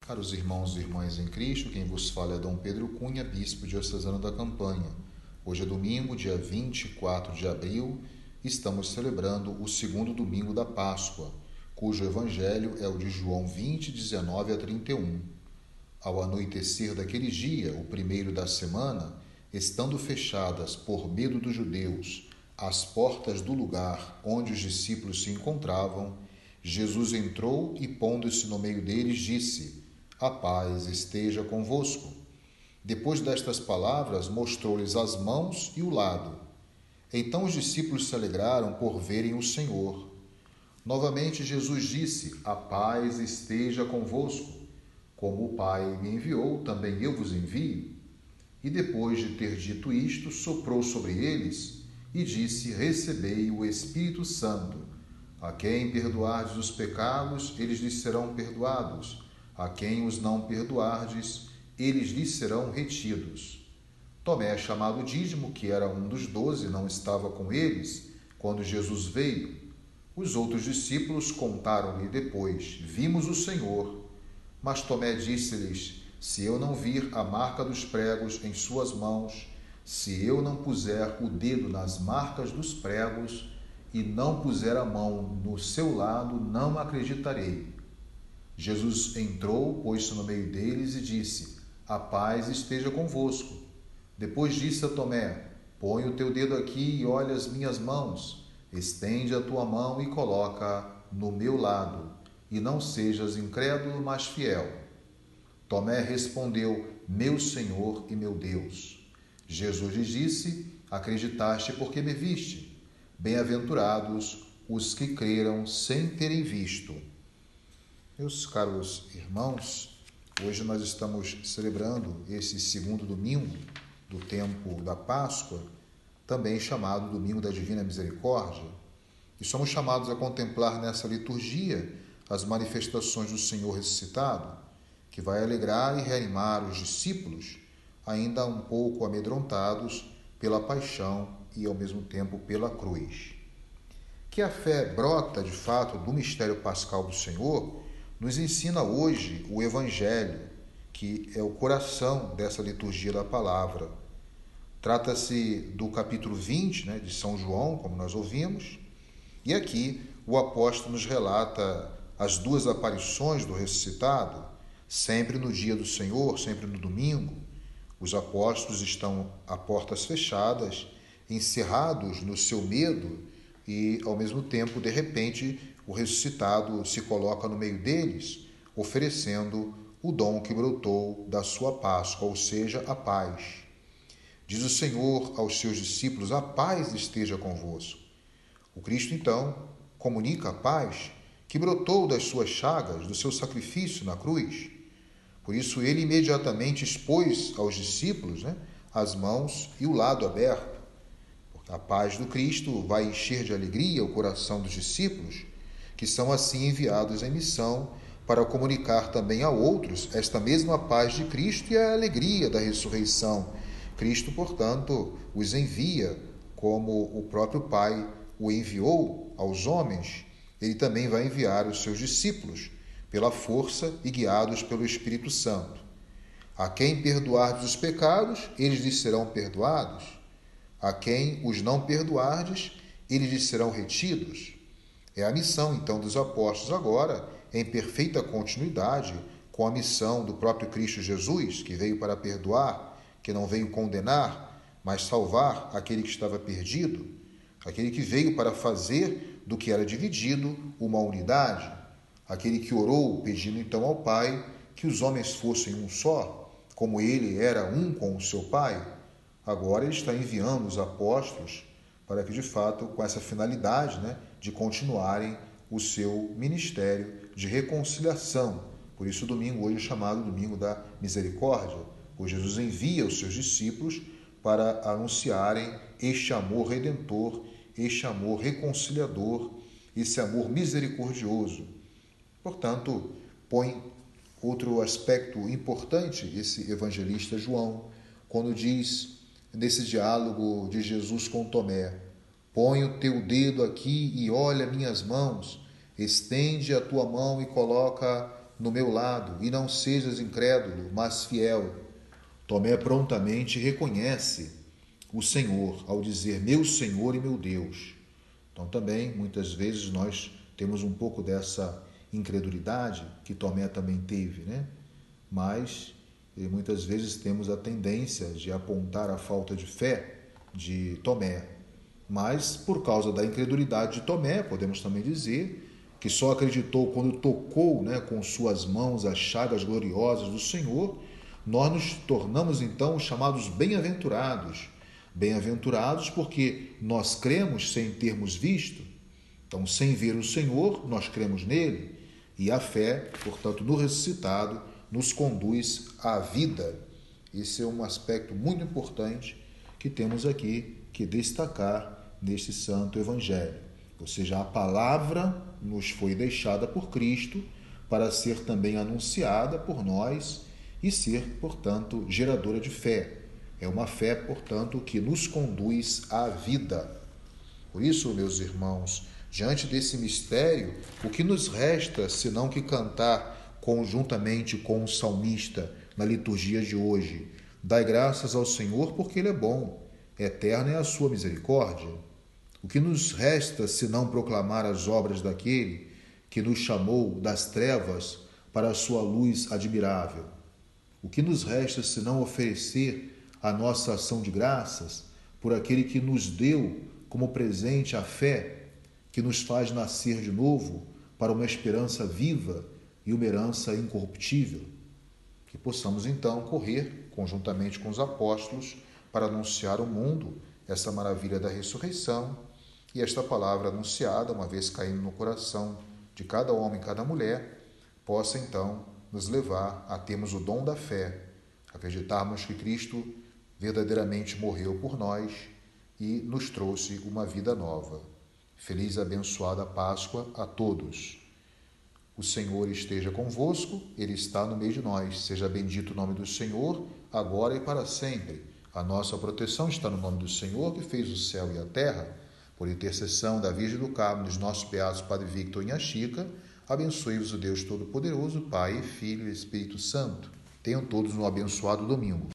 Caros irmãos e irmãs em Cristo, quem vos fala é Dom Pedro Cunha, bispo diocesano da Campanha. Hoje é domingo, dia 24 de abril, estamos celebrando o segundo domingo da Páscoa, cujo evangelho é o de João 20, 19 a 31. Ao anoitecer daquele dia, o primeiro da semana, estando fechadas por medo dos judeus as portas do lugar onde os discípulos se encontravam, Jesus entrou e, pondo-se no meio deles, disse: A paz esteja convosco. Depois destas palavras, mostrou-lhes as mãos e o lado. Então os discípulos se alegraram por verem o Senhor. Novamente Jesus disse: A paz esteja convosco. Como o Pai me enviou, também eu vos envio. E depois de ter dito isto, soprou sobre eles e disse: Recebei o Espírito Santo. A quem perdoardes os pecados, eles lhes serão perdoados. A quem os não perdoardes, eles lhes serão retidos. Tomé, chamado Dídimo, que era um dos 12, não estava com eles quando Jesus veio. Os outros discípulos contaram-lhe depois: Vimos o Senhor. Mas Tomé disse-lhes: Se eu não vir a marca dos pregos em suas mãos, se eu não puser o dedo nas marcas dos pregos e não puser a mão no seu lado, não acreditarei. Jesus entrou, pôs-se no meio deles e disse: A paz esteja convosco. Depois disse a Tomé: Põe o teu dedo aqui e olha as minhas mãos. Estende a tua mão e coloca no meu lado. E não sejas incrédulo, mas fiel. Tomé respondeu: Meu Senhor e meu Deus. Jesus lhe disse: Acreditaste porque me viste. Bem-aventurados os que creram sem terem visto. Meus caros irmãos, hoje nós estamos celebrando esse segundo domingo do tempo da Páscoa, também chamado Domingo da Divina Misericórdia, e somos chamados a contemplar nessa liturgia as manifestações do Senhor ressuscitado, que vai alegrar e reanimar os discípulos, ainda um pouco amedrontados pela paixão e, ao mesmo tempo, pela cruz. Que a fé brota, de fato, do mistério pascal do Senhor, nos ensina hoje o Evangelho, que é o coração dessa liturgia da palavra. Trata-se do capítulo 20, de São João, como nós ouvimos, e aqui o apóstolo nos relata as duas aparições do ressuscitado, sempre no dia do Senhor, sempre no domingo. Os apóstolos estão a portas fechadas, encerrados no seu medo e, ao mesmo tempo, de repente, o ressuscitado se coloca no meio deles, oferecendo o dom que brotou da sua Páscoa, ou seja, a paz. Diz o Senhor aos seus discípulos: A paz esteja convosco. O Cristo, então, comunica a paz que brotou das suas chagas, do seu sacrifício na cruz. Por isso, ele imediatamente expôs aos discípulos as mãos e o lado aberto. Porque a paz do Cristo vai encher de alegria o coração dos discípulos, que são assim enviados em missão para comunicar também a outros esta mesma paz de Cristo e a alegria da ressurreição. Cristo, portanto, os envia como o próprio Pai o enviou aos homens. Ele também vai enviar os seus discípulos, pela força e guiados pelo Espírito Santo. A quem perdoardes os pecados, eles lhes serão perdoados. A quem os não perdoardes, eles lhes serão retidos. É a missão, então, dos apóstolos agora, em perfeita continuidade com a missão do próprio Cristo Jesus, que veio para perdoar, que não veio condenar, mas salvar aquele que estava perdido, aquele que veio para fazer do que era dividido uma unidade, aquele que orou pedindo então ao Pai que os homens fossem um só, como ele era um com o seu Pai. Agora ele está enviando os apóstolos para que, de fato, com essa finalidade de continuarem o seu ministério de reconciliação. Por isso o domingo hoje é chamado Domingo da Misericórdia, pois Jesus envia os seus discípulos para anunciarem este amor redentor, este amor reconciliador, esse amor misericordioso. Portanto, põe outro aspecto importante esse evangelista João, quando diz, nesse diálogo de Jesus com Tomé: Põe o teu dedo aqui e olha minhas mãos, estende a tua mão e coloca no meu lado, e não sejas incrédulo, mas fiel. Tomé prontamente reconhece o Senhor ao dizer meu Senhor e meu Deus. Então também, muitas vezes, nós temos um pouco dessa incredulidade que Tomé também teve, né? Mas muitas vezes temos a tendência de apontar a falta de fé de Tomé. Mas, por causa da incredulidade de Tomé, podemos também dizer que só acreditou quando tocou, né, com suas mãos as chagas gloriosas do Senhor, nós nos tornamos então os chamados bem-aventurados. Bem-aventurados porque nós cremos sem termos visto. Então, sem ver o Senhor, nós cremos nele. E a fé, portanto, no ressuscitado, nos conduz à vida. Esse é um aspecto muito importante que temos aqui que destacar neste santo evangelho. Ou seja, a palavra nos foi deixada por Cristo para ser também anunciada por nós e ser, portanto, geradora de fé. É uma fé, portanto, que nos conduz à vida. Por isso, meus irmãos, diante desse mistério, o que nos resta senão que cantar conjuntamente com o salmista na liturgia de hoje? Dai graças ao Senhor porque Ele é bom, eterna é a sua misericórdia. O que nos resta senão proclamar as obras daquele que nos chamou das trevas para a sua luz admirável? O que nos resta senão oferecer a nossa ação de graças por aquele que nos deu como presente a fé, que nos faz nascer de novo para uma esperança viva e uma herança incorruptível? Que possamos então correr conjuntamente com os apóstolos para anunciar ao mundo essa maravilha da ressurreição e esta palavra anunciada, uma vez caindo no coração de cada homem e cada mulher, possa então nos levar a termos o dom da fé, acreditarmos que Cristo verdadeiramente morreu por nós e nos trouxe uma vida nova. Feliz e abençoada Páscoa a todos. O Senhor esteja convosco, Ele está no meio de nós. Seja bendito o nome do Senhor, agora e para sempre. A nossa proteção está no nome do Senhor, que fez o céu e a terra. Por intercessão da Virgem do Carmo, dos nossos beatos Padre Victor e Inha Chica, abençoe-vos o Deus Todo-Poderoso, Pai, Filho e Espírito Santo. Tenham todos um abençoado domingo.